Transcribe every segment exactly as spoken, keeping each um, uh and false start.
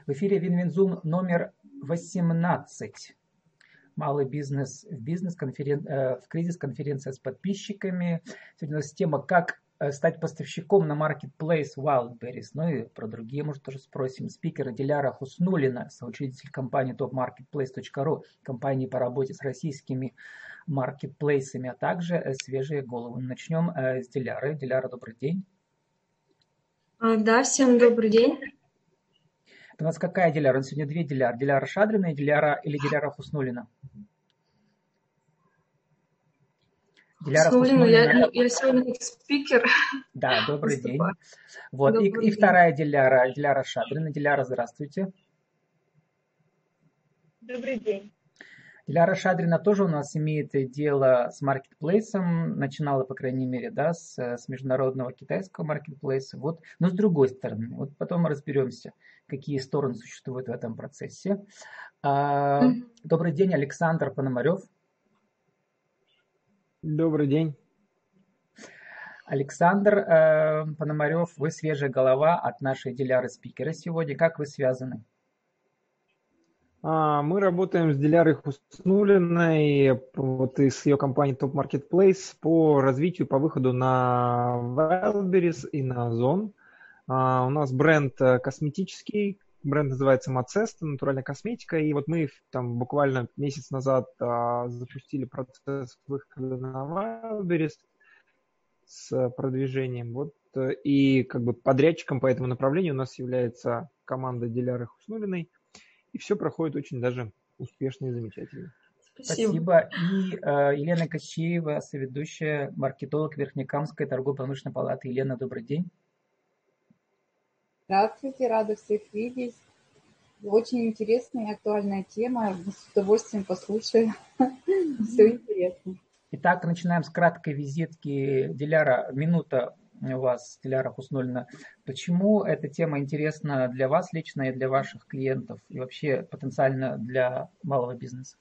В эфире Винвинзум номер восемнадцать. Малый бизнес в бизнес-конферен... в кризис-конференция с подписчиками. Сегодня у нас тема «Как стать поставщиком на Marketplace Wildberries». Ну и про другие, может, тоже спросим. Спикер Диляра Хуснуллина, соучредитель компании топ маркетплейс точка ру, компании по работе с российскими маркетплейсами, а также свежие головы. Начнем с Диляры. Диляра, добрый день. Да, всем добрый день. Это у нас какая Диляра? У нас сегодня две Диляры. Диляра Шадрина и Диляра, или Диляра Хуснуллина? Диляра Хуснуллина. Я, я сегодня как спикер. Да, добрый день. Вот. Добрый и, день. И вторая Диляра, Диляра Шадрина. Диляра, здравствуйте. Добрый день. Диляра Шадрина тоже у нас имеет дело с маркетплейсом, начинала, по крайней мере, да, с, с международного китайского маркетплейса, вот, но с другой стороны, вот потом разберемся, какие стороны существуют в этом процессе. А, mm-hmm. Добрый день, Александр Пономарев. Добрый день. Александр э, Пономарев, вы свежая голова от нашей Диляры спикера сегодня, как вы связаны? Мы работаем с Дилярой Хуснуллиной вот из ее компании топ маркетплейс по развитию, по выходу на Wildberries и на Озон. У нас бренд косметический, бренд называется Macesta, натуральная косметика. И вот мы там буквально месяц назад запустили процесс выхода на Wildberries с продвижением. Вот, и как бы подрядчиком по этому направлению у нас является команда Диляры Хуснуллиной. И все проходит очень даже успешно и замечательно. Спасибо. Спасибо. И э, Елена Кощеева, соведущая, маркетолог Верхнекамской торгово-промышленной палаты. Елена, добрый день. Здравствуйте, рада всех видеть. Очень интересная и актуальная тема. С удовольствием послушаю. Все интересно. Итак, начинаем с краткой визитки. Диляра, минута у вас, Диляра Хуснуллина. Почему эта тема интересна для вас лично и для ваших клиентов, и вообще потенциально для малого бизнеса?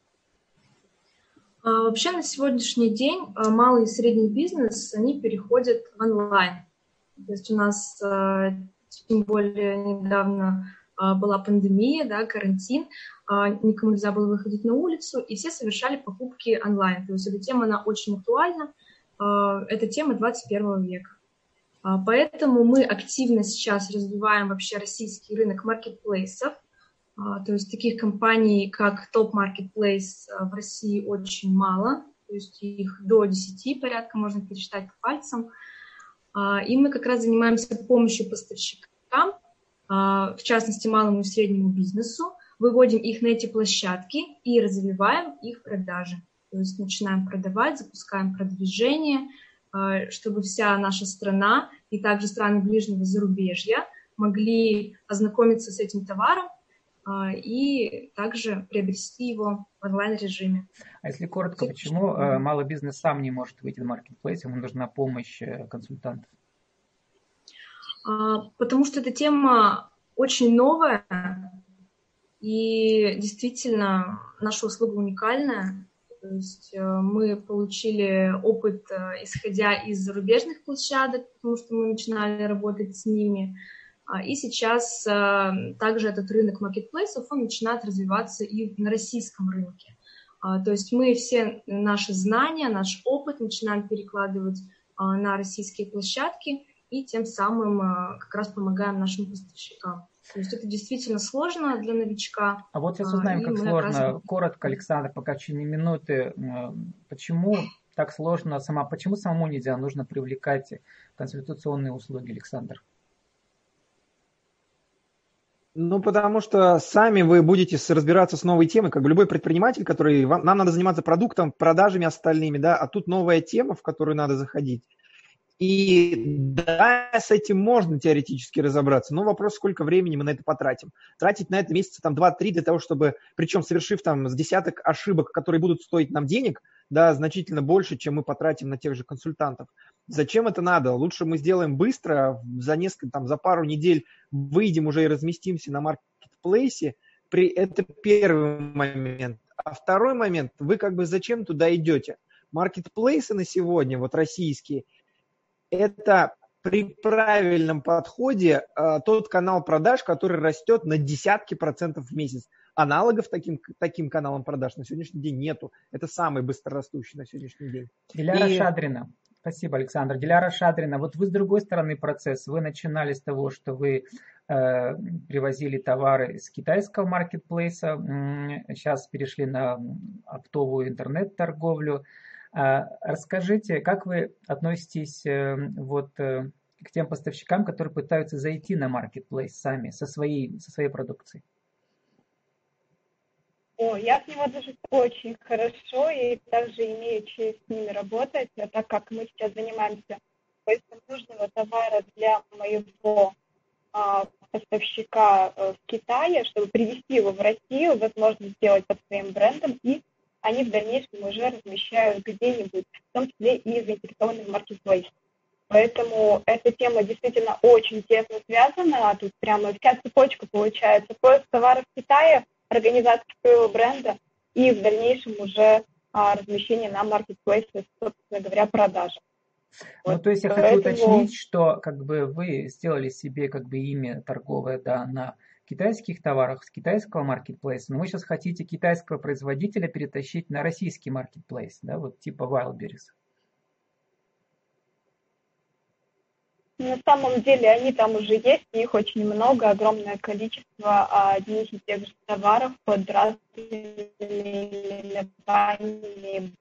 Вообще на сегодняшний день малый и средний бизнес, они переходят в онлайн. То есть у нас, тем более, недавно была пандемия, да, карантин, никому нельзя было выходить на улицу, и все совершали покупки онлайн. То есть эта тема, она очень актуальна. Это тема двадцать первого века. Поэтому мы активно сейчас развиваем вообще российский рынок маркетплейсов. То есть таких компаний, как топ маркетплейс, в России очень мало. То есть их до десяти порядка, можно пересчитать по пальцам. И мы как раз занимаемся помощью поставщикам, в частности малому и среднему бизнесу, выводим их на эти площадки и развиваем их продажи. То есть начинаем продавать, запускаем продвижение, чтобы вся наша страна и также страны ближнего зарубежья могли ознакомиться с этим товаром и также приобрести его в онлайн-режиме. А если коротко, почему малый бизнес сам не может выйти на маркетплейс, ему нужна помощь консультантов? Потому что эта тема очень новая, и действительно наша услуга уникальная. То есть мы получили опыт, исходя из зарубежных площадок, потому что мы начинали работать с ними. И сейчас также этот рынок маркетплейсов, он начинает развиваться и на российском рынке. То есть мы все наши знания, наш опыт начинаем перекладывать на российские площадки и тем самым как раз помогаем нашим поставщикам. То есть это действительно сложно для новичка. А вот сейчас узнаем, как сложно. Оказываем... Коротко, Александр, пока в течение минуты. Почему так сложно сама? Почему самому нельзя? Нужно привлекать консультационные услуги, Александр. Ну, потому что сами вы будете разбираться с новой темой, как бы любой предприниматель, который... Вам, нам надо заниматься продуктом, продажами остальными, да, а тут новая тема, в которую надо заходить. И да, с этим можно теоретически разобраться, но вопрос, сколько времени мы на это потратим. Тратить на это месяца там два-три для того, чтобы, причем совершив там с десяток ошибок, которые будут стоить нам денег, да, значительно больше, чем мы потратим на тех же консультантов. Зачем это надо? Лучше мы сделаем быстро, за несколько, там, за пару недель выйдем уже и разместимся на маркетплейсе. При... Это первый момент. А второй момент, вы как бы зачем туда идете? Маркетплейсы на сегодня, вот российские, это при правильном подходе тот канал продаж, который растет на десятки процентов в месяц. Аналогов таким, таким каналам продаж на сегодняшний день нету. Это самый быстрорастущий на сегодняшний день. Диляра И... Шадрина. Спасибо, Александр. Диляра Шадрина, вот вы с другой стороны процесс. Вы начинали с того, что вы э, привозили товары с китайского маркетплейса, сейчас перешли на оптовую интернет-торговлю. Э, расскажите, как вы относитесь э, вот, э, к тем поставщикам, которые пытаются зайти на маркетплейс сами со своей, со своей продукцией? О, я с него даже очень хорошо и также имею честь с ними работать, так как мы сейчас занимаемся поиском нужного товара для моего а, поставщика в Китае, чтобы привезти его в Россию, возможно, сделать под своим брендом, и они в дальнейшем уже размещают где-нибудь, в том числе и заинтересованные в маркетплейсе. Поэтому эта тема действительно очень тесно связана, тут прямо вся цепочка получается, поиск товаров в Китае, организация своего бренда и в дальнейшем уже а, размещение на маркетплейсе, собственно говоря, продажи. Ну, вот, то есть я хочу поэтому... уточнить, что как бы вы сделали себе как бы имя торговое, да, на китайских товарах с китайского маркетплейса, но вы сейчас хотите китайского производителя перетащить на российский маркетплейс, да, вот типа Wildberries. На самом деле они там уже есть, их очень много, огромное количество одних и тех же товаров под разными названиями.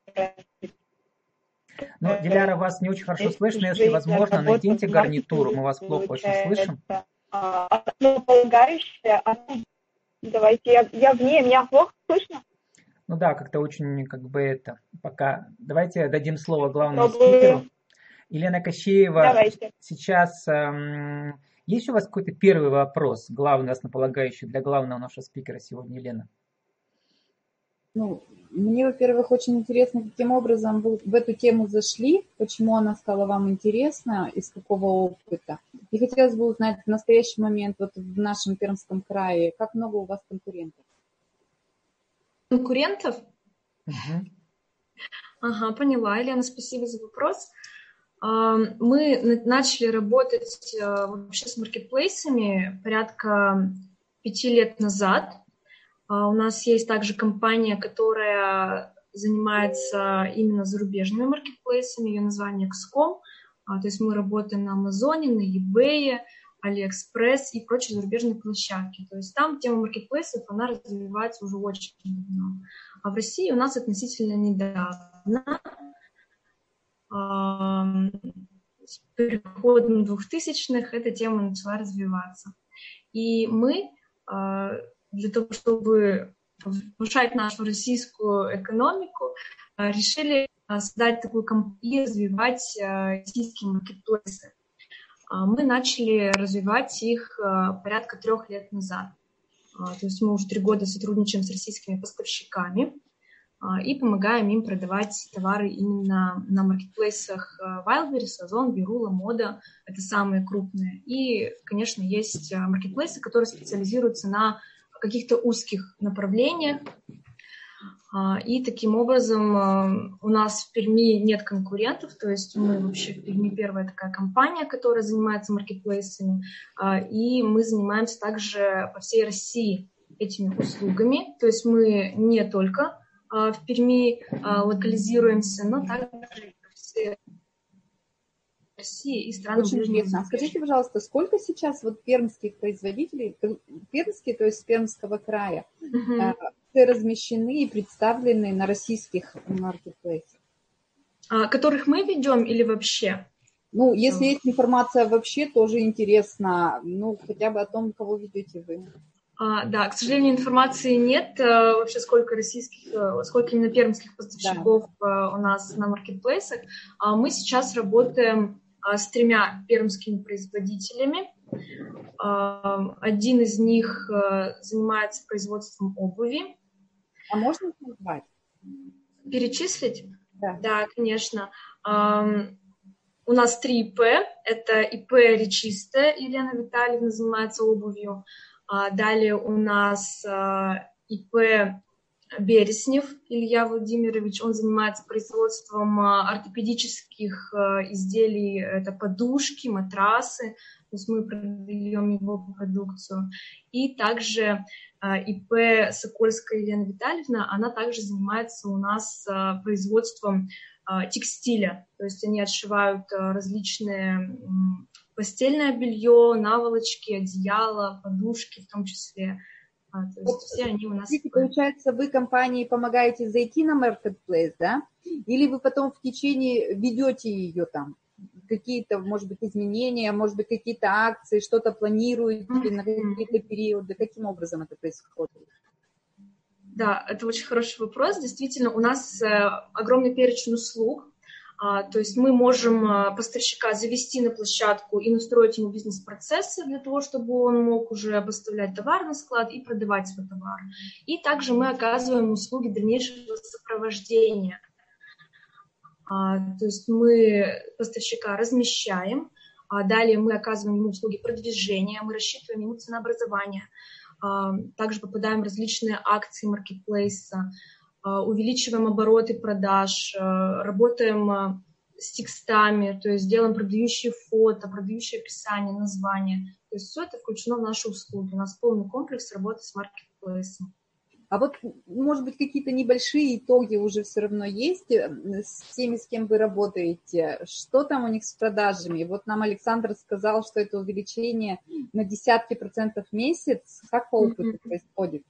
Ну, Диляра, вас не очень хорошо слышно, если возможно, наденьте гарнитуру, мы вас плохо очень слышим. Основополагающее, давайте, я, я в ней, меня плохо слышно? Ну да, как-то очень, как бы это, пока, давайте дадим слово главному спикеру. Елена Кощеева, давайте. Сейчас эм, есть у вас какой-то первый вопрос, главный, основополагающий для главного нашего спикера сегодня, Елена? Ну, мне, во-первых, очень интересно, каким образом вы в эту тему зашли, почему она стала вам интересна, из какого опыта. И хотелось бы узнать в настоящий момент вот в нашем Пермском крае, как много у вас конкурентов? Конкурентов? Угу. Ага, поняла, Елена, спасибо за вопрос. Мы начали работать вообще с маркетплейсами порядка пяти лет назад. У нас есть также компания, которая занимается именно зарубежными маркетплейсами, ее название икс ком. То есть мы работаем на Амазоне, на eBay, Алиэкспресс и прочие зарубежные площадки. То есть там тема маркетплейсов, она развивается уже очень давно. А в России у нас относительно недавно. С переходом двухтысячных эта тема начала развиваться. И мы для того, чтобы повышать нашу российскую экономику, решили создать такую компанию и развивать российские маркетплейсы. Мы начали развивать их порядка трех лет назад. То есть мы уже три года сотрудничаем с российскими поставщиками и помогаем им продавать товары именно на маркетплейсах Wildberries, Озон, Берула, Мода. Это самые крупные. И, конечно, есть маркетплейсы, которые специализируются на каких-то узких направлениях. И таким образом у нас в Перми нет конкурентов, то есть мы вообще в Перми первая такая компания, которая занимается маркетплейсами, и мы занимаемся также по всей России этими услугами, то есть мы не только в Перми локализируемся, но также по всей России и странам Очень интересно. А скажите, пожалуйста, сколько сейчас вот пермских производителей, пермские, то есть Пермского края, uh-huh. размещены и представлены на российских маркетплейсах? А, которых мы ведем или вообще? Ну, если есть информация вообще, тоже интересно. Ну, хотя бы о том, кого ведете вы. А, да, к сожалению, информации нет вообще, сколько российских, сколько именно пермских поставщиков да. у нас на маркетплейсах. А мы сейчас работаем с тремя пермскими производителями. Один из них занимается производством обуви. А можно назвать? Перечислить? Да. Да, конечно. У нас три ИП. Это ИП Речистая, Елена Витальевна занимается обувью. Далее у нас ИП Береснев Илья Владимирович, он занимается производством ортопедических изделий, это подушки, матрасы, то есть мы продаем его продукцию. И также ИП Сокольская Елена Витальевна, она также занимается у нас производством текстиля, то есть они отшивают различные постельное белье, наволочки, одеяла, подушки в том числе. А, то есть вот, все они у нас... Получается, вы компании помогаете зайти на Marketplace, да? Или вы потом в течение ведете ее там? Какие-то, может быть, изменения, может быть, какие-то акции, что-то планируете mm-hmm. на какие-то периоды? Каким образом это происходит? Да, это очень хороший вопрос. Действительно, у нас огромный перечень услуг. То есть мы можем поставщика завести на площадку и настроить ему бизнес-процессы для того, чтобы он мог уже поставлять товар на склад и продавать свой товар. И также мы оказываем услуги дальнейшего сопровождения. То есть мы поставщика размещаем, далее мы оказываем ему услуги продвижения, мы рассчитываем ему ценообразование, также попадаем в различные акции маркетплейса, увеличиваем обороты продаж, работаем с текстами, то есть делаем продающие фото, продающие описание, название. То есть все это включено в наши услуги. У нас полный комплекс работы с маркетплейсом. А вот, может быть, какие-то небольшие итоги уже все равно есть с теми, с кем вы работаете? Что там у них с продажами? Вот нам Александр сказал, что это увеличение на десятки процентов в месяц. Как по опыту mm-hmm. происходит?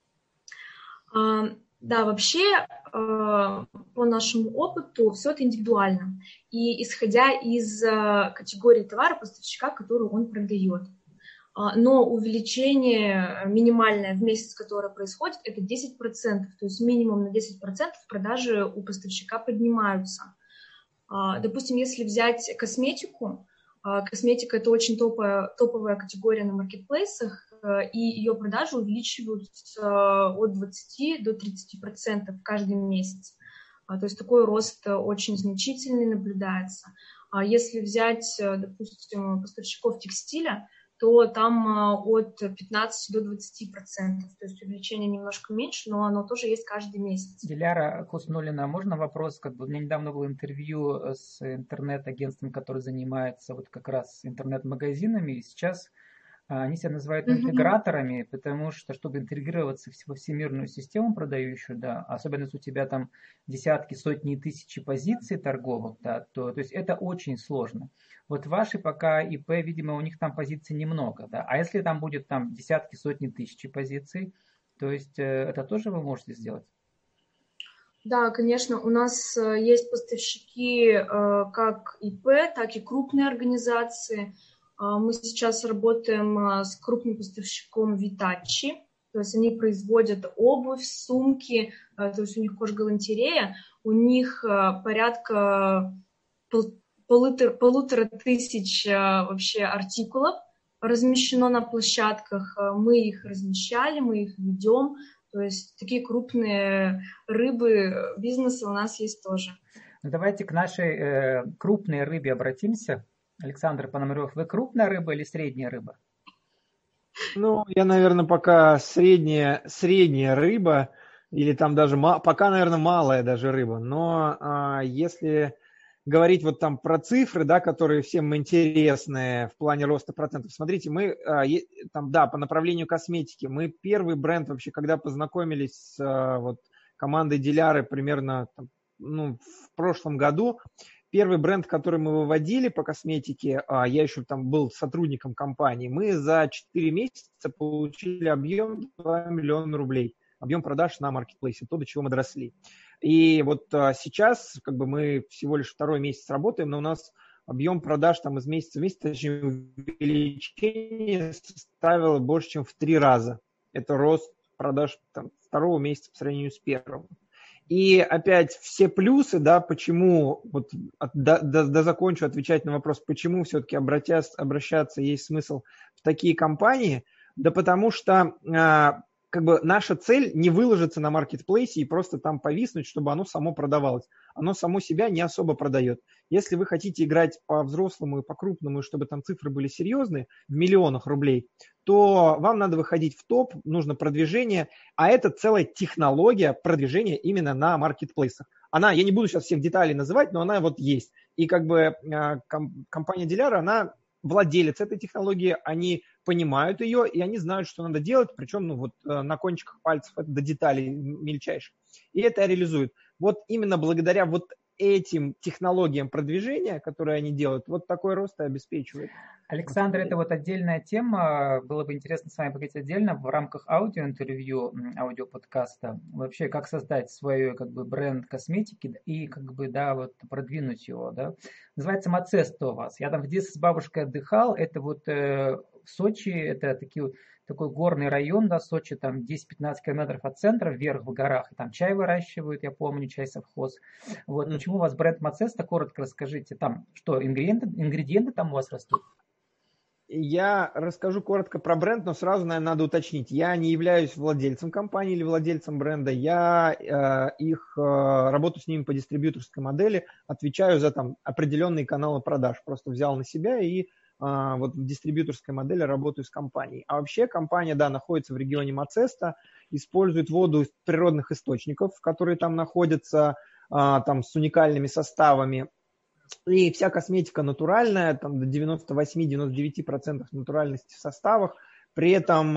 Uh... Да, вообще, э, по нашему опыту, все это индивидуально. И исходя из э, категории товара поставщика, которую он продает. Э, но увеличение минимальное в месяц, которое происходит, это десять процентов. То есть минимум на десять процентов продажи у поставщика поднимаются. Э, допустим, если взять косметику, э, косметика – это очень топовая, топовая категория на маркетплейсах, и ее продажи увеличиваются от двадцати до тридцати процентов каждый месяц. То есть такой рост очень значительный наблюдается. Если взять, допустим, поставщиков текстиля, то там от пятнадцати до двадцати процентов. То есть увеличение немножко меньше, но оно тоже есть каждый месяц. Диляра Хуснуллина, можно вопрос? Как бы у меня недавно было интервью с интернет-агентством, которое занимается вот как раз интернет-магазинами, и сейчас они себя называют интеграторами, потому что, чтобы интегрироваться во всемирную систему продающую, да, особенно если у тебя там десятки, сотни, тысячи позиций торговых, да, то, то есть это очень сложно. Вот ваши пока ИП, видимо, у них там позиций немного, да, а если там будет там десятки, сотни, тысячи позиций, то есть это тоже вы можете сделать? Да, конечно, у нас есть поставщики как ИП, так и крупные организации. Мы сейчас работаем с крупным поставщиком Витачи, то есть они производят обувь, сумки, то есть у них кожгалантерея, у них порядка полутора, полутора тысяч вообще артикулов размещено на площадках, мы их размещали, мы их ведем, то есть такие крупные рыбы бизнеса у нас есть тоже. Ну, давайте к нашей э, крупной рыбе обратимся. Александр Пономарев, вы крупная рыба или средняя рыба? Ну, я, наверное, пока средняя, средняя рыба, или там даже, пока, наверное, малая даже рыба. Но а, если говорить вот там про цифры, да, которые всем интересны в плане роста процентов, смотрите, мы а, там, да, по направлению косметики, мы первый бренд вообще, когда познакомились с а, вот, командой Диляры примерно там, ну, в прошлом году, первый бренд, который мы выводили по косметике, я еще там был сотрудником компании, мы за четыре месяца получили объем два миллиона рублей. Объем продаж на маркетплейсе, то, до чего мы доросли. И вот сейчас как бы мы всего лишь второй месяц работаем, но у нас объем продаж там из месяца в месяц, точнее, увеличение составило больше, чем в три раза. Это рост продаж там, второго месяца по сравнению с первым. И опять все плюсы, да, почему, вот да, да, да закончу отвечать на вопрос, почему все-таки обратясь, обращаться есть смысл в такие компании, да потому что а, как бы наша цель не выложиться на маркетплейсе и просто там повиснуть, чтобы оно само продавалось. Оно само себя не особо продает. Если вы хотите играть по-взрослому и по-крупному, и чтобы там цифры были серьезные, в миллионах рублей, то вам надо выходить в топ, нужно продвижение, а это целая технология продвижения именно на маркетплейсах. Она, я не буду сейчас всех деталей называть, но она вот есть. И как бы компания Диляра, она владелец этой технологии, они понимают ее, и они знают, что надо делать, причем ну, вот, на кончиках пальцев это до деталей мельчайших. И это реализуют. Вот именно благодаря вот этим технологиям продвижения, которые они делают, вот такой рост и обеспечивает. Александр, это вот отдельная тема. Было бы интересно с вами поговорить отдельно в рамках аудиоинтервью, аудиоподкаста. Вообще, как создать свой как бы, бренд косметики и как бы, да, вот, продвинуть его. Да? Называется Мацеста у вас. Я там в детстве с бабушкой отдыхал. Это вот э, в Сочи, это такие, такой горный район, да, Сочи, там десять-пятнадцать километров от центра, вверх в горах. И там чай выращивают, я помню, чай совхоз. Вот. Mm. Почему у вас бренд Мацеста? Коротко расскажите. Там что, ингредиенты, ингредиенты там у вас растут? Я расскажу коротко про бренд, но сразу, наверное, надо уточнить. Я не являюсь владельцем компании или владельцем бренда. Я э, их э, работаю с ними по дистрибьюторской модели, отвечаю за там определенные каналы продаж. Просто взял на себя и э, вот в дистрибьюторской модели работаю с компанией. А вообще компания, да, находится в регионе Мацеста, использует воду из природных источников, которые там находятся, э, там с уникальными составами. И вся косметика натуральная, там до девяносто восемь - девяносто девять процентов натуральности в составах. При этом,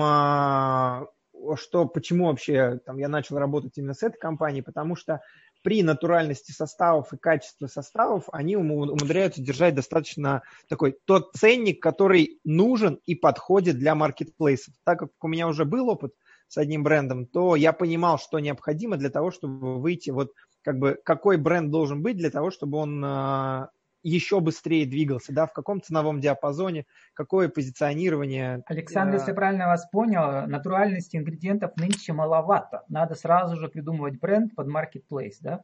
что, почему вообще там, я начал работать именно с этой компанией, потому что при натуральности составов и качестве составов они умудряются держать достаточно такой тот ценник, который нужен и подходит для маркетплейсов. Так как у меня уже был опыт с одним брендом, то я понимал, что необходимо для того, чтобы выйти, вот как бы какой бренд должен быть для того, чтобы он э, еще быстрее двигался, да, в каком ценовом диапазоне, какое позиционирование. Александр, э... если я правильно вас понял, натуральности ингредиентов нынче маловато. Надо сразу же придумывать бренд под маркетплейс, да?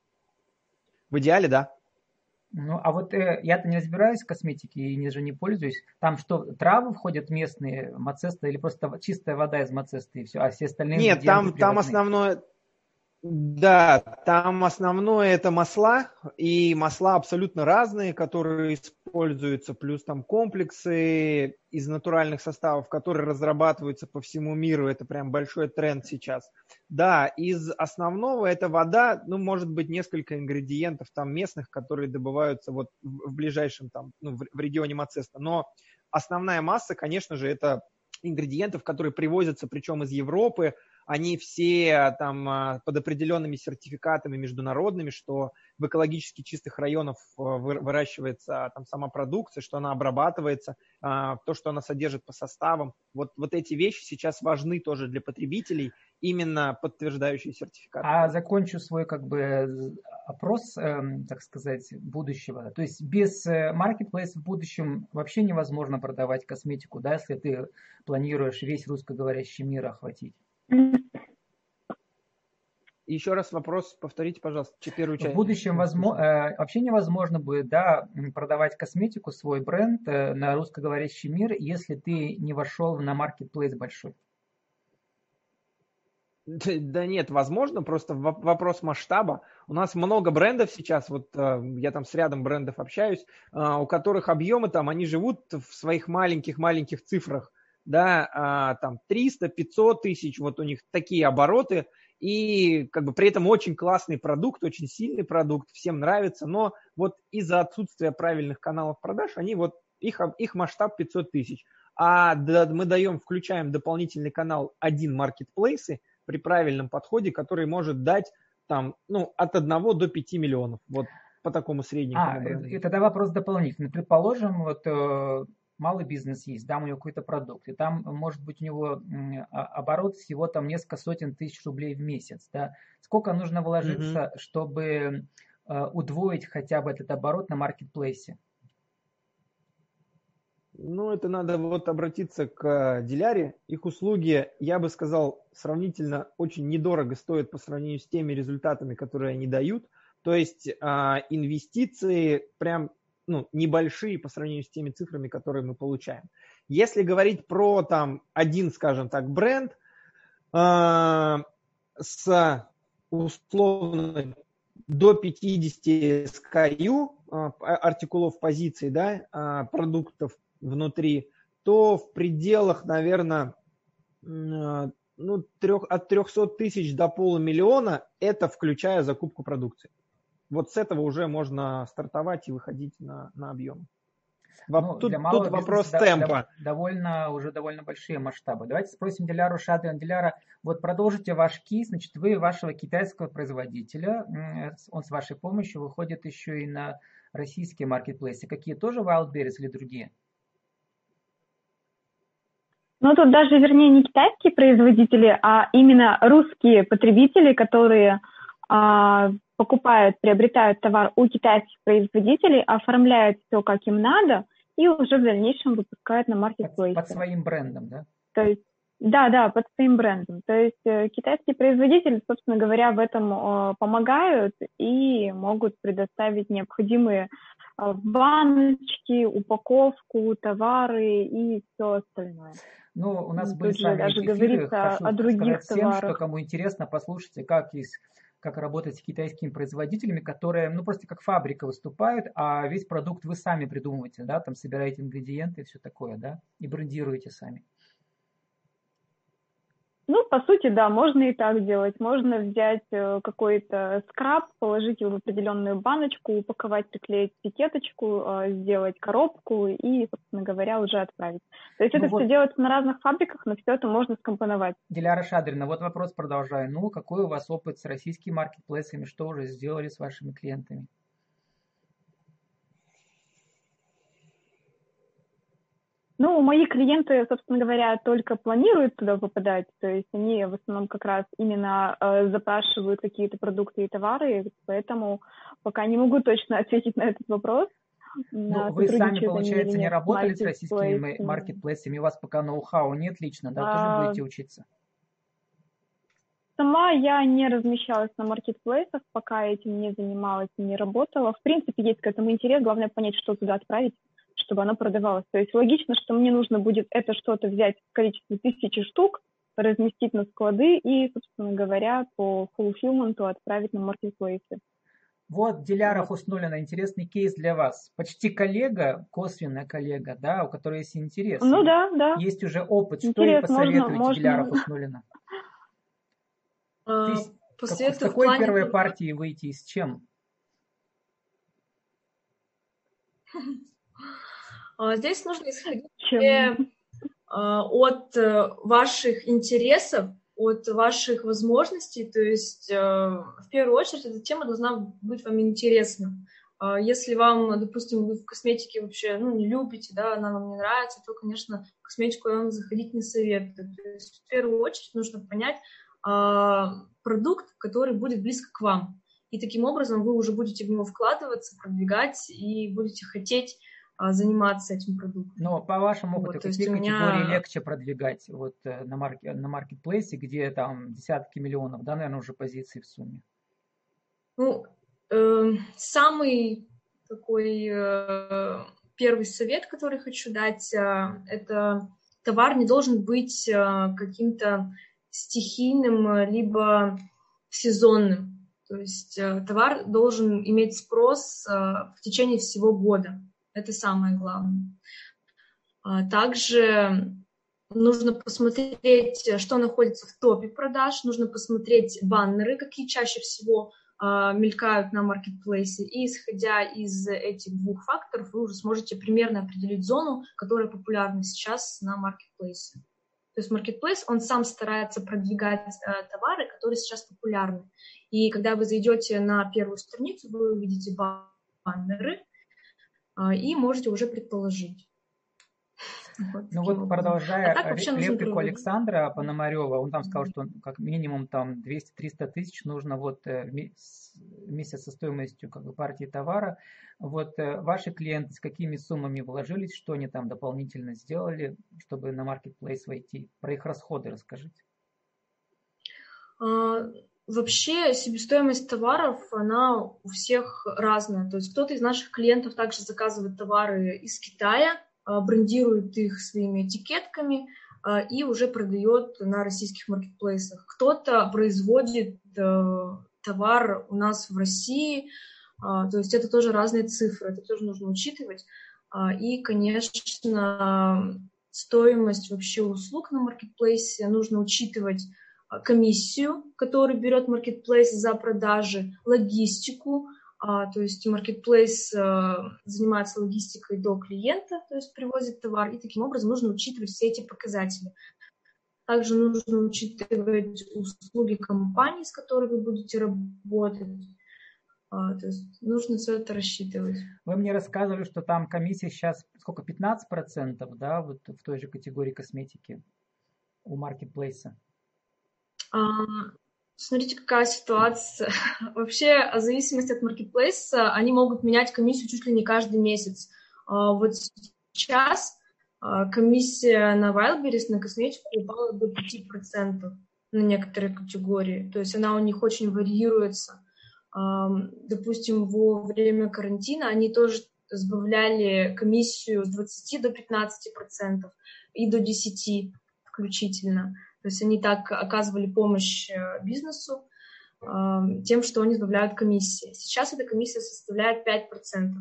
В идеале, да. Ну, а вот э, я-то не разбираюсь в косметике и не, же не пользуюсь. Там что, травы входят местные, Мацеста, или просто чистая вода из Мацесты и все, а все остальные Нет, там, там основное... Да, там основное это масла, и масла абсолютно разные, которые используются, плюс там комплексы из натуральных составов, которые разрабатываются по всему миру, это прям большой тренд сейчас. Да, из основного это вода, ну, может быть, несколько ингредиентов там местных, которые добываются вот в ближайшем там, ну, в регионе Мацеста, но основная масса, конечно же, это ингредиентов, которые привозятся, причем из Европы. Они все там под определенными сертификатами международными, что в экологически чистых районах выращивается там сама продукция, что она обрабатывается, то, что она содержит по составам. Вот, вот эти вещи сейчас важны тоже для потребителей, именно подтверждающие сертификаты. А закончу свой как бы опрос, э, так сказать, будущего. То есть без маркетплейса в будущем вообще невозможно продавать косметику, да, если ты планируешь весь русскоговорящий мир охватить. Еще раз вопрос, повторите, пожалуйста, первую часть. В будущем возможно, э, вообще невозможно будет, да, продавать косметику, свой бренд э, на русскоговорящий мир, если ты не вошел на маркетплейс большой. Да, да нет, возможно, просто вопрос масштаба. У нас много брендов сейчас, вот э, я там с рядом брендов общаюсь, э, у которых объемы там, они живут в своих маленьких-маленьких цифрах. Да, а, там триста-пятьсот тысяч, вот у них такие обороты, и как бы при этом очень классный продукт, очень сильный продукт, всем нравится, но вот из-за отсутствия правильных каналов продаж, они вот, их, их масштаб пятьсот тысяч, а да, мы даем, включаем дополнительный канал один маркетплейсы при правильном подходе, который может дать там, ну, от одного до пяти миллионов, вот по такому среднему. А, и тогда вопрос дополнительный. Предположим, вот малый бизнес есть, да, у него какой-то продукт, и там, может быть, у него оборот всего там несколько сотен тысяч рублей в месяц, да. Сколько нужно вложиться, mm-hmm. чтобы удвоить хотя бы этот оборот на маркетплейсе? Ну, это надо вот обратиться к Диляре. Их услуги, я бы сказал, сравнительно очень недорого стоят по сравнению с теми результатами, которые они дают. То есть инвестиции прям ну, небольшие по сравнению с теми цифрами, которые мы получаем. Если говорить про там один, скажем так, бренд, э, с условно до пятидесяти эс кей ю, э, артикулов позиций, да, э, продуктов внутри, то в пределах, наверное, э, ну, трех, от трехсот тысяч до полумиллиона, это включая закупку продукции. Вот с этого уже можно стартовать и выходить на, на объем. Ну, тут, для малого тут вопрос бизнеса темпа. Довольно, уже довольно большие масштабы. Давайте спросим Диляру Шадрина. Диляра, вот продолжите ваш кейс. Значит, вы вашего китайского производителя, он с вашей помощью выходит еще и на российские маркетплейсы. Какие тоже Wildberries или другие? Ну, тут даже, вернее, не китайские производители, а именно русские потребители, которые а, покупают, приобретают товар у китайских производителей, оформляют все как им надо и уже в дальнейшем выпускают на маркетплейсе. Под, под своим брендом, да? То есть, да, да, под своим брендом. То есть э, китайские производители, собственно говоря, в этом э, помогают и могут предоставить необходимые э, баночки, упаковку, товары и все остальное. Ну, у нас Тут были с вами даже эфиры. говорится Хочу о других сказать всем, товарах. что кому интересно, послушайте, как есть, как работать с китайскими производителями, которые, ну, просто как фабрика выступают, а весь продукт вы сами придумываете, да, там собираете ингредиенты и все такое, да, и брендируете сами. Ну, по сути, да, можно и так делать. Можно взять какой-то скраб, положить его в определенную баночку, упаковать, приклеить этикеточку, сделать коробку и, собственно говоря, уже отправить. То есть ну это вот. Все делается на разных фабриках, но все это можно скомпоновать. Диляра Шадрина, вот вопрос продолжаю. Ну, какой у вас опыт с российскими маркетплейсами? Что уже сделали с вашими клиентами? Ну, мои клиенты, собственно говоря, только планируют туда попадать, то есть они в основном как раз именно э, запрашивают какие-то продукты и товары, поэтому пока не могу точно ответить на этот вопрос. Ну, вы сами, получается, не работали с российскими маркетплейсами, у вас пока ноу-хау нет лично, да, тоже а... будете учиться? Сама я не размещалась на маркетплейсах, пока этим не занималась и не работала. В принципе, есть к этому интерес, главное понять, что туда отправить, чтобы оно продавалось. То есть логично, что мне нужно будет это что-то взять в количестве тысячи штук, разместить на склады и, собственно говоря, по fulfillment отправить на маркетплейсы. Вот, Диляра Хуснуллина, интересный кейс для вас. Почти коллега, косвенная коллега, да, у которой есть интерес. Ну да, да. Есть уже опыт. Что интерес, ей посоветуете, можно, Диляра можно... Хуснуллина? А, как, с какой плане... первой партии выйти и с чем? Здесь нужно исходить от ваших интересов, от ваших возможностей, то есть в первую очередь эта тема должна быть вам интересна. Если вам, допустим, вы в косметике вообще ну, не любите, да, она вам не нравится, то, конечно, в косметику я вам заходить не советую. То есть в первую очередь нужно понять продукт, который будет близко к вам. И таким образом вы уже будете в него вкладываться, продвигать и будете хотеть заниматься этим продуктом. Но по вашему опыту, вот, какие категории меня... легче продвигать вот, на, марке, на маркетплейсе, где там десятки миллионов, да, наверное, уже позиций в сумме? Ну, э, самый такой э, первый совет, который хочу дать, э, это товар не должен быть э, каким-то стихийным, либо сезонным. То есть э, товар должен иметь спрос э, в течение всего года. Это самое главное. Также нужно посмотреть, что находится в топе продаж, нужно посмотреть баннеры, какие чаще всего мелькают на маркетплейсе, и исходя из этих двух факторов вы уже сможете примерно определить зону, которая популярна сейчас на маркетплейсе. То есть маркетплейс, он сам старается продвигать товары, которые сейчас популярны. И когда вы зайдете на первую страницу, вы увидите баннеры, и можете уже предположить. Вот, ну вот образом. Продолжая а реплику Александра Пономарева, он там сказал, что как минимум там двести-триста тысяч нужно вот вместе со стоимостью как бы партии товара. Вот ваши клиенты с какими суммами вложились, что они там дополнительно сделали, чтобы на маркетплейс войти? Про их расходы расскажите. Вообще себестоимость товаров, она у всех разная. То есть кто-то из наших клиентов также заказывает товары из Китая, брендирует их своими этикетками, и уже продает на российских маркетплейсах. Кто-то производит товар у нас в России, то есть это тоже разные цифры, это тоже нужно учитывать. И, конечно, стоимость вообще услуг на маркетплейсе нужно учитывать комиссию, которую берет маркетплейс за продажи, логистику, то есть маркетплейс занимается логистикой до клиента, то есть привозит товар, и таким образом нужно учитывать все эти показатели. Также нужно учитывать услуги компании, с которой вы будете работать. То есть нужно все это рассчитывать. Вы мне рассказывали, что там комиссия сейчас сколько, пятнадцать процентов, да, вот в той же категории косметики у маркетплейса? А, смотрите, какая ситуация. Вообще, в зависимости от маркетплейса, они могут менять комиссию чуть ли не каждый месяц. А, вот сейчас а, комиссия на Wildberries, на косметику упала до пяти процентов на некоторые категории. То есть она у них очень варьируется. Допустим, во время карантина они тоже сбавляли комиссию с двадцати до пятнадцати процентов и до десяти включительно. То есть они так оказывали помощь бизнесу тем, что они сбавляют комиссии. Сейчас эта комиссия составляет пять процентов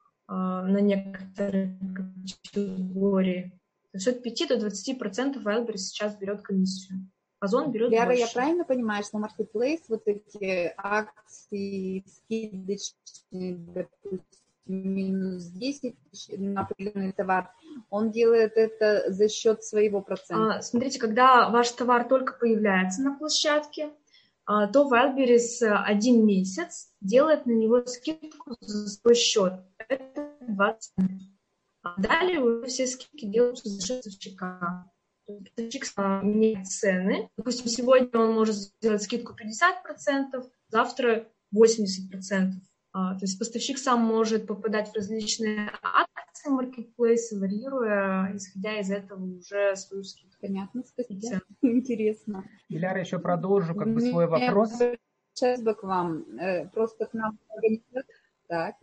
на некоторые категории. То есть от пяти до двадцати процентов Wildberries сейчас берет комиссию. Озон берет Вера, больше. я правильно понимаю, что Marketplace, вот эти акции, скидочные, допустим, минус десять на определенный товар, он делает это за счет своего процента? А, смотрите, когда ваш товар только появляется на площадке, а, то Wildberries один месяц делает на него скидку за свой счет. Это двадцать процентов. А далее уже все скидки делаются за счет поставщика. Поставщик меняет цены. Допустим, сегодня он может сделать скидку пятьдесят процентов, завтра восемьдесят процентов. А, то есть поставщик сам может попадать в различные акции маркетплейса, варьируя, исходя из этого уже свою скидку. Понятно, спасибо. Интересно. Диляра, еще продолжу как бы свой вопрос. Сейчас бы к вам, просто к нам. Так.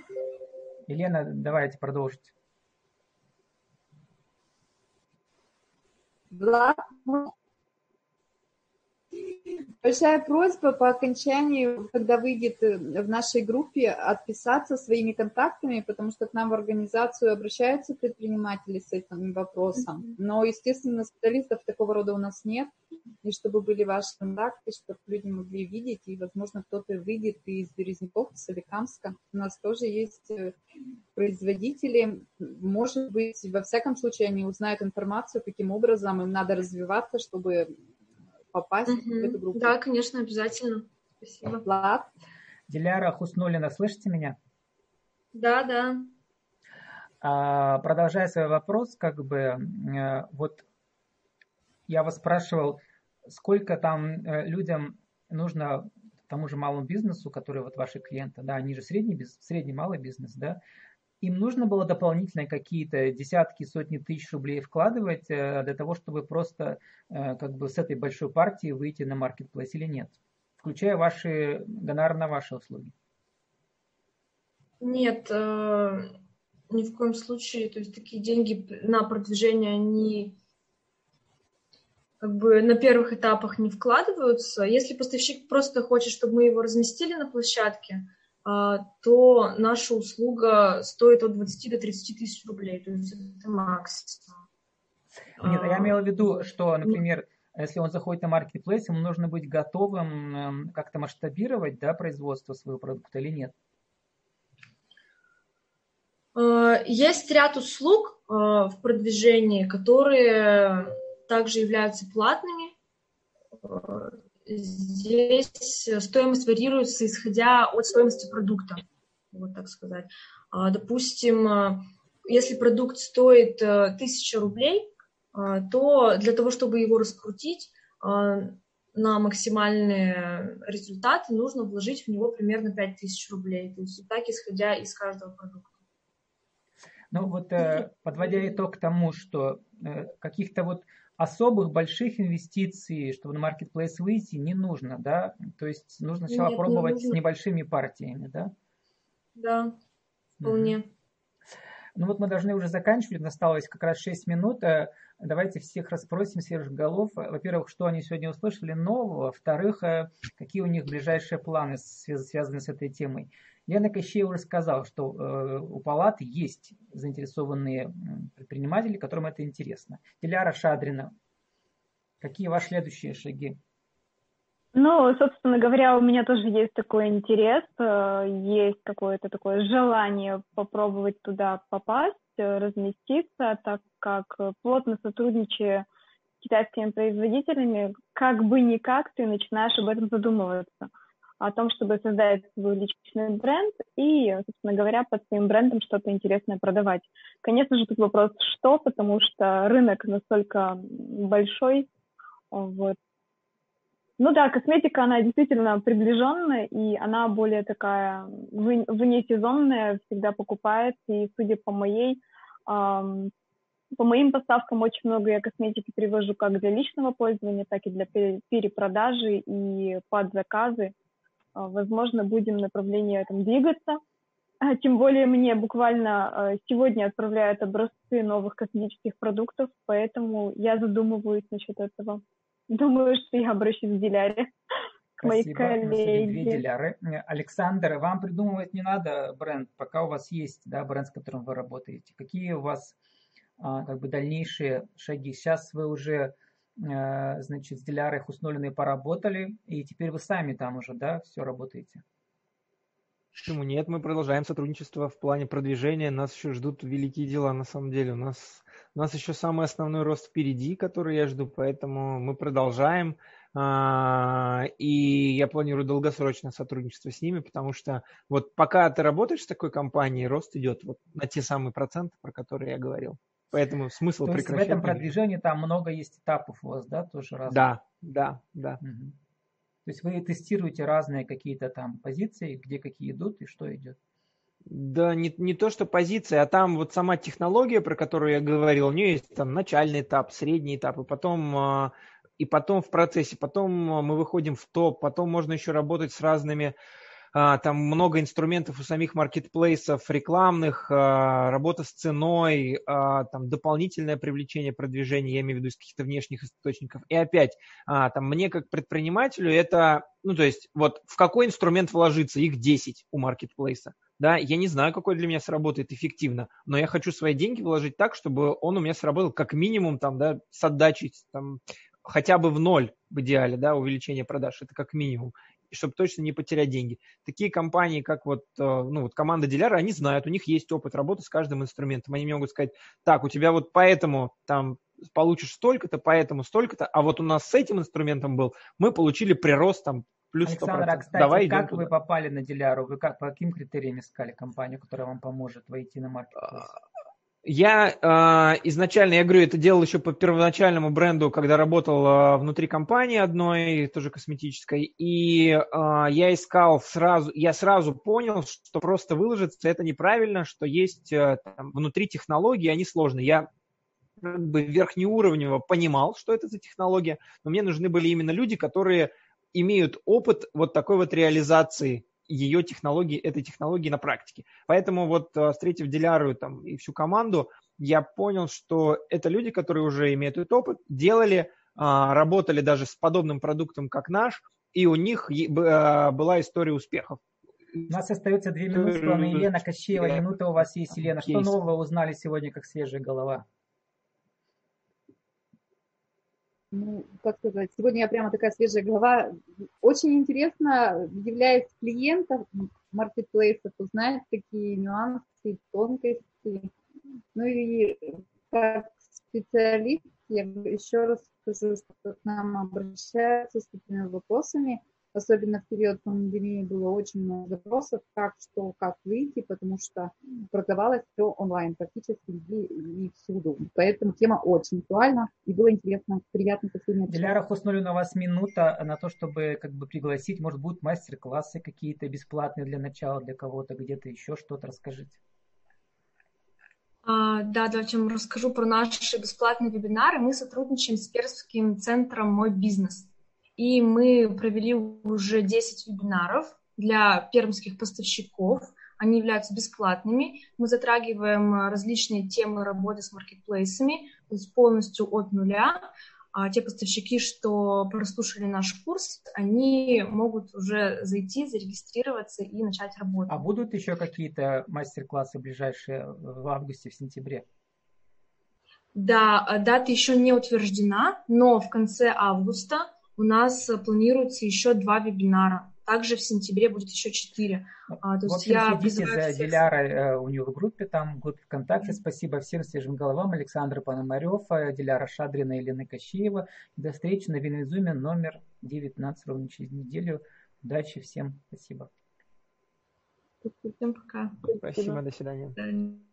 Елена, давайте продолжите. Влад, большая просьба по окончании, когда выйдет в нашей группе, отписаться своими контактами, потому что к нам в организацию обращаются предприниматели с этим вопросом. Но, естественно, специалистов такого рода у нас нет. И чтобы были ваши контакты, чтобы люди могли видеть, и, возможно, кто-то выйдет из Березняков, из Соликамска. У нас тоже есть производители. Может быть, во всяком случае, они узнают информацию, каким образом им надо развиваться, чтобы попасть угу. в эту группу. Да, конечно, обязательно. Спасибо. Влад. Диляра Хуснуллина, слышите меня? Да, да. А, продолжая свой вопрос, как бы, вот я вас спрашивал, сколько там людям нужно тому же малому бизнесу, который вот ваши клиенты, да, они же средний бизнес, средний малый бизнес, да, им нужно было дополнительно какие-то десятки, сотни тысяч рублей вкладывать для того, чтобы просто как бы с этой большой партии выйти на маркетплейс или нет, включая ваши гонорары на ваши услуги? Нет, ни в коем случае. То есть такие деньги на продвижение, они как бы на первых этапах не вкладываются. Если поставщик просто хочет, чтобы мы его разместили на площадке, то наша услуга стоит от двадцати до тридцати тысяч рублей. То есть это максимум. Нет, я имел в виду, что, например, если он заходит на маркетплейс, ему нужно быть готовым как-то масштабировать, да, производство своего продукта или нет? Есть ряд услуг в продвижении, которые также являются платными. Здесь стоимость варьируется, исходя от стоимости продукта, вот так сказать. Допустим, если продукт стоит тысячу рублей, то для того, чтобы его раскрутить на максимальные результаты, нужно вложить в него примерно пять тысяч рублей. То есть так, исходя из каждого продукта. Ну вот, подводя итог тому, что каких-то вот особых больших инвестиций, чтобы на маркетплейс выйти, не нужно, да? То есть нужно сначала Нет, пробовать не с небольшими партиями, да? Да, вполне. Ну вот мы должны уже заканчивать, осталось как раз шесть минут. Давайте всех расспросим, свежих голов. Во-первых, что они сегодня услышали нового. Во-вторых, какие у них ближайшие планы, связанные с этой темой. Лена Кощеева уже сказала, что у палаты есть заинтересованные предприниматели, которым это интересно. Диляра Шадрина, какие ваши следующие шаги? Ну, собственно говоря, у меня тоже есть такой интерес, есть какое-то такое желание попробовать туда попасть, разместиться, так как плотно сотрудничая с китайскими производителями, как бы никак ты начинаешь об этом задумываться, о том, чтобы создать свой личный бренд и, собственно говоря, под своим брендом что-то интересное продавать. Конечно же, тут вопрос «что?», потому что рынок настолько большой, вот. Ну да, косметика, она действительно приближенная, и она более такая внесезонная, всегда покупается, и судя по моей, эм, по моим поставкам очень много я косметики привожу как для личного пользования, так и для перепродажи и под заказы. Возможно, будем в направлении этом двигаться. Тем более мне буквально сегодня отправляют образцы новых косметических продуктов, поэтому я задумываюсь насчет этого. Думаю, что я обращусь к Диляре, к моей коллеге. Две Диляры. Александр, вам придумывать не надо бренд, пока у вас есть, да, бренд, с которым вы работаете. Какие у вас а, как бы дальнейшие шаги? Сейчас вы уже, а, значит, с Дилярой Хуснуллиной поработали, и теперь вы сами там уже, да, все работаете. Почему нет? Мы продолжаем сотрудничество в плане продвижения. Нас еще ждут великие дела, на самом деле. У нас, у нас еще самый основной рост впереди, который я жду, поэтому мы продолжаем. И я планирую долгосрочное сотрудничество с ними, потому что вот пока ты работаешь с такой компанией, рост идет вот на те самые проценты, про которые я говорил. Поэтому смысл прекращать. То есть в этом продвижении там много есть этапов у вас, да, тоже разных? Да, да, да. Угу. То есть вы тестируете разные какие-то там позиции, где какие идут и что идет? Да, не, не то, что позиция, а там вот сама технология, про которую я говорил, у нее есть там начальный этап, средний этап, и потом, и потом в процессе, потом мы выходим в топ, потом можно еще работать с разными, там много инструментов у самих маркетплейсов рекламных, работа с ценой, там дополнительное привлечение продвижения, я имею в виду из каких-то внешних источников. И опять, там мне как предпринимателю это, ну то есть вот в какой инструмент вложиться, их десять у маркетплейса. Да, я не знаю, какой для меня сработает эффективно, но я хочу свои деньги вложить так, чтобы он у меня сработал как минимум там, да, с отдачей там, хотя бы в ноль в идеале, да, увеличение продаж, это как минимум, чтобы точно не потерять деньги. Такие компании, как вот, ну, вот команда Диляра, они знают, у них есть опыт работы с каждым инструментом. Они мне могут сказать, так, у тебя вот поэтому там получишь столько-то, поэтому столько-то, а вот у нас с этим инструментом был, мы получили прирост там плюс сто процентов. Александр, а кстати, Давай как вы туда. попали на Диляру? Вы как, по каким критериям искали компанию, которая вам поможет войти на маркетплейс? Я э, изначально, я говорю, это делал еще по первоначальному бренду, когда работал э, внутри компании одной, тоже косметической, и э, я искал сразу, я сразу понял, что просто выложиться это неправильно, что есть э, там, внутри технологии, они сложные. Я как бы верхнеуровнево понимал, что это за технология, но мне нужны были именно люди, которые имеют опыт вот такой вот реализации ее технологии, этой технологии на практике. Поэтому вот встретив Диляру там, и всю команду, я понял, что это люди, которые уже имеют этот опыт, делали, работали даже с подобным продуктом, как наш, и у них была история успехов. У нас остается две минуты, планы Елена Кощеева, минута у вас есть, Елена. Что нового узнали сегодня, как свежая голова? Ну, как сказать, сегодня я прямо такая свежая голова. Очень интересно, являясь клиентом маркетплейсов, узнать такие нюансы, тонкости. Ну и как специалист, я еще раз скажу, что к нам обращаются с такими вопросами. Особенно в период пандемии было очень много запросов, как, что, как выйти, потому что продавалось все онлайн практически везде и всюду. Поэтому тема очень актуальна, и было интересно, приятно со всеми общаться. Диляра Хуснуллина, у вас минута на то, чтобы как бы пригласить, может, будут мастер-классы какие-то бесплатные для начала, для кого-то, где-то еще что-то, расскажите. А, да, давайте я вам расскажу про наши бесплатные вебинары. Мы сотрудничаем с Пермским центром «Мой бизнес». И мы провели уже десять вебинаров для пермских поставщиков. Они являются бесплатными. Мы затрагиваем различные темы работы с маркетплейсами, то есть полностью от нуля. А те поставщики, что прослушали наш курс, они могут уже зайти, зарегистрироваться и начать работу. А будут еще какие-то мастер-классы ближайшие в августе, в сентябре? Да, дата еще не утверждена, но в конце августа у нас планируется еще два вебинара. Также в сентябре будет еще четыре. А, то в есть общем, я следите за всех... Дилярой э, у нее в группе, там, в группе ВКонтакте. Спасибо всем свежим головам. Александр Пономарев, Диляра Шадрина, Елена Кощеева. До встречи на Винвизуме номер девятнадцать ровно через неделю. Удачи всем. Спасибо. Всем пока. Спасибо, до свидания. До свидания.